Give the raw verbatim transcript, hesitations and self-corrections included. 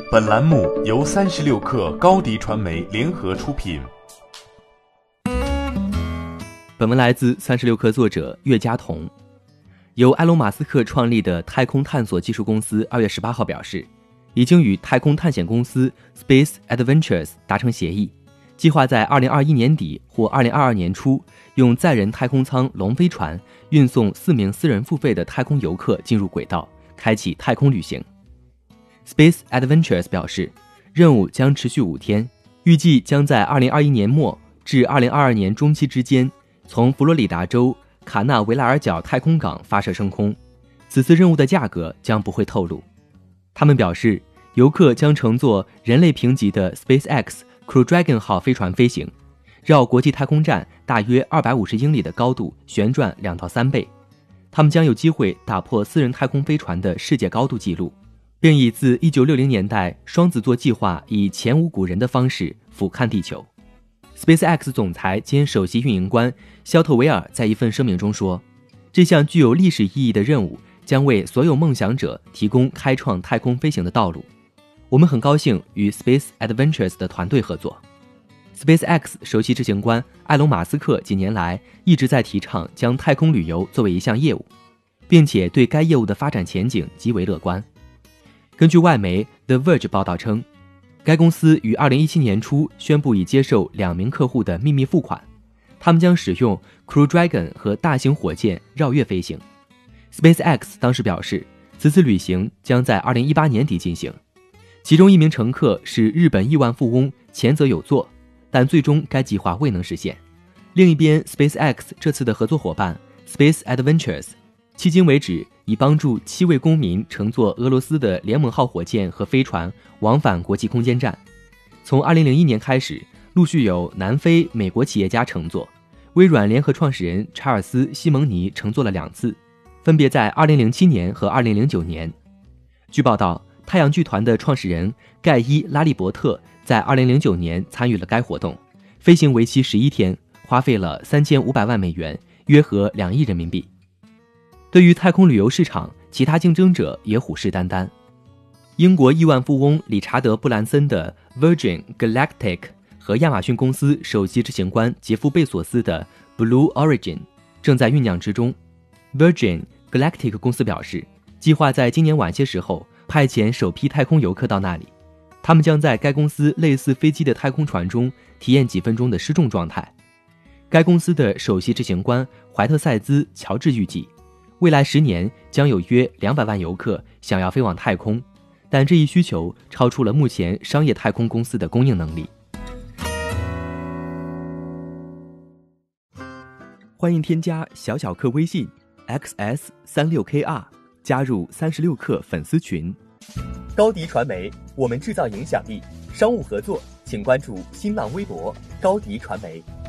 本栏目由三十六氪高迪传媒联合出品。 本文来自三十六氪作者岳佳彤。由埃隆·马斯克创立的太空探索技术公司二月十八号表示，已经与太空探险公司 Space Adventures 达成协议，计划在二零二一年底或二零二二年初用载人太空舱龙飞船运送四名私人付费的太空游客进入轨道，开启太空旅行。Space Adventures 表示，任务将持续五天，预计将在二零二一年末至二零二二年中期之间从佛罗里达州卡纳维拉尔角太空港发射升空。此次任务的价格将不会透露。他们表示，游客将乘坐人类评级的 SpaceX Crew Dragon 号飞船飞行，绕国际太空站大约二百五十英里的高度旋转两到三倍。他们将有机会打破私人太空飞船的世界高度纪录，并以自一九六零年代双子座计划以前无古人的方式俯瞰地球。SpaceX 总裁兼首席运营官肖特维尔在一份声明中说，这项具有历史意义的任务将为所有梦想者提供开创太空飞行的道路。我们很高兴与 Space Adventures 的团队合作。SpaceX 首席执行官埃隆·马斯克几年来一直在提倡将太空旅游作为一项业务，并且对该业务的发展前景极为乐观。根据外媒 The Verge 报道称，该公司于二零一七年初宣布已接受两名客户的秘密付款，他们将使用 Crew Dragon 和大型火箭绕月飞行。SpaceX 当时表示，此次旅行将在二零一八年底进行。其中一名乘客是日本亿万富翁前泽有作，但最终该计划未能实现。另一边 SpaceX 这次的合作伙伴 Space Adventures， 迄今为止已帮助七位公民乘坐俄罗斯的联盟号火箭和飞船往返国际空间站。从二零零一年开始，陆续有南非、美国企业家乘坐，微软联合创始人查尔斯·西蒙尼乘坐了两次，分别在二零零七年和二零零九年。据报道，太阳剧团的创始人盖伊·拉利伯特在二零零九年参与了该活动，飞行为期十一天，花费了三千五百万美元，约合两亿人民币。对于太空旅游市场，其他竞争者也虎视眈眈。英国亿万富翁理查德·布兰森的 Virgin Galactic 和亚马逊公司首席执行官杰夫·贝索斯的 Blue Origin 正在酝酿之中。Virgin Galactic 公司表示，计划在今年晚些时候派遣首批太空游客到那里，他们将在该公司类似飞机的太空船中体验几分钟的失重状态。该公司的首席执行官怀特塞兹·乔治预计，未来十年将有约两百万游客想要飞往太空，但这一需求超出了目前商业太空公司的供应能力。欢迎添加小小客微信 X S 三六 K R， 加入三十六氪粉丝群。 高迪传媒，我们制造影响力。商务合作请关注新浪微博高迪传媒。